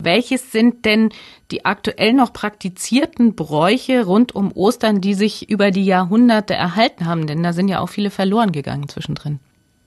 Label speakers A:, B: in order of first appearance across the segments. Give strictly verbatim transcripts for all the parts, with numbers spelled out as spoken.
A: Welches sind denn die aktuell noch praktizierten Bräuche rund um Ostern, die sich über die Jahrhunderte erhalten haben? Denn da sind ja auch viele verloren gegangen zwischendrin.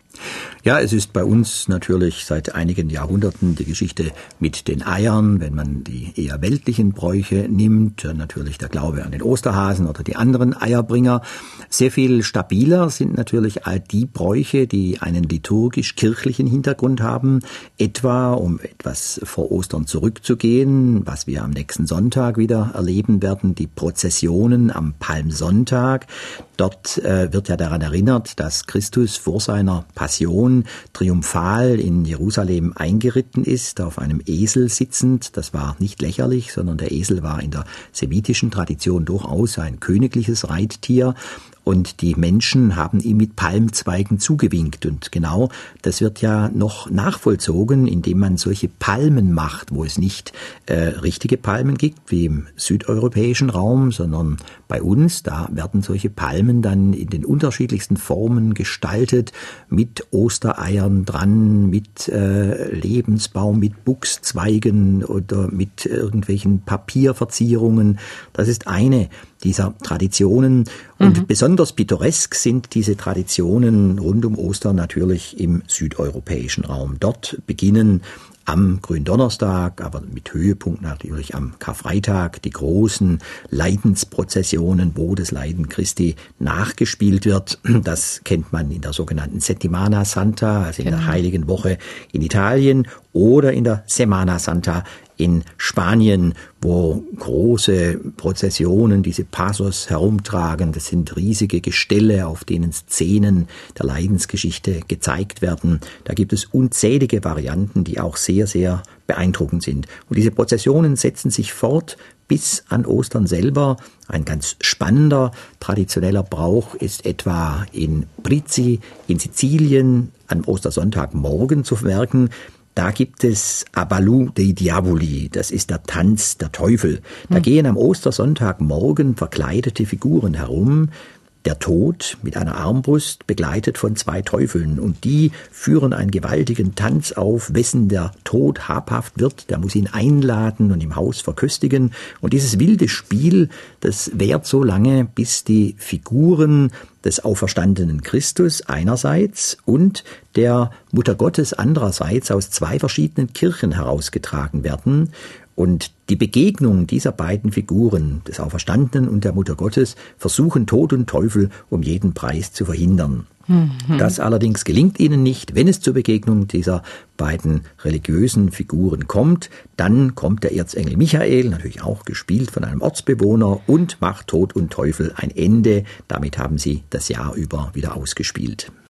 B: Ja, es ist bei uns natürlich seit einigen Jahrhunderten die Geschichte mit den Eiern, wenn man die eher weltlichen Bräuche nimmt, natürlich der Glaube an den Osterhasen oder die anderen Eierbringer. Sehr viel stabiler sind natürlich all die Bräuche, die einen liturgisch-kirchlichen Hintergrund haben, etwa um etwas vor Ostern zurückzugehen, was wir am nächsten Sonntag wieder erleben werden, die Prozessionen am Palmsonntag. Dort äh, wird ja daran erinnert, dass Christus vor seiner Passion triumphal in Jerusalem eingeritten ist, auf einem Esel sitzend. Das war nicht lächerlich, sondern der Esel war in der semitischen Tradition durchaus ein königliches Reittier. Und die Menschen haben ihm mit Palmzweigen zugewinkt. Und genau das wird ja noch nachvollzogen, indem man solche Palmen macht, wo es nicht äh, richtige Palmen gibt, wie im südeuropäischen Raum, sondern bei uns, da werden solche Palmen dann in den unterschiedlichsten Formen gestaltet, mit Ostereiern dran, mit äh, Lebensbaum, mit Buchszweigen oder mit irgendwelchen Papierverzierungen. Das ist eine dieser Traditionen. Und mhm. besonders pittoresk sind diese Traditionen rund um Ostern natürlich im südeuropäischen Raum. Dort beginnen am Gründonnerstag, aber mit Höhepunkt natürlich am Karfreitag, die großen Leidensprozessionen, wo das Leiden Christi nachgespielt wird. Das kennt man in der sogenannten Settimana Santa, also in genau. der Heiligen Woche in Italien, oder in der Semana Santa in Spanien, wo große Prozessionen diese Passos herumtragen. Das sind riesige Gestelle, auf denen Szenen der Leidensgeschichte gezeigt werden. Da gibt es unzählige Varianten, die auch sehr, sehr beeindruckend sind. Und diese Prozessionen setzen sich fort bis an Ostern selber. Ein ganz spannender traditioneller Brauch ist etwa in Brizzi in Sizilien am Ostersonntagmorgen zu wirken. Da gibt es Abalù dei Diavoli, das ist der Tanz der Teufel. Da hm. gehen am Ostersonntagmorgen verkleidete Figuren herum, der Tod mit einer Armbrust, begleitet von zwei Teufeln. Und die führen einen gewaltigen Tanz auf, wessen der Tod habhaft wird, der muss ihn einladen und im Haus verköstigen. Und dieses wilde Spiel, das währt so lange, bis die Figuren des auferstandenen Christus einerseits und der Mutter Gottes andererseits aus zwei verschiedenen Kirchen herausgetragen werden. Und die Begegnung dieser beiden Figuren, des Auferstandenen und der Mutter Gottes, versuchen Tod und Teufel um jeden Preis zu verhindern. Mhm. Das allerdings gelingt ihnen nicht. Wenn es zur Begegnung dieser beiden religiösen Figuren kommt, dann kommt der Erzengel Michael, natürlich auch gespielt von einem Ortsbewohner, und macht Tod und Teufel ein Ende. Damit haben sie das Jahr über wieder ausgespielt.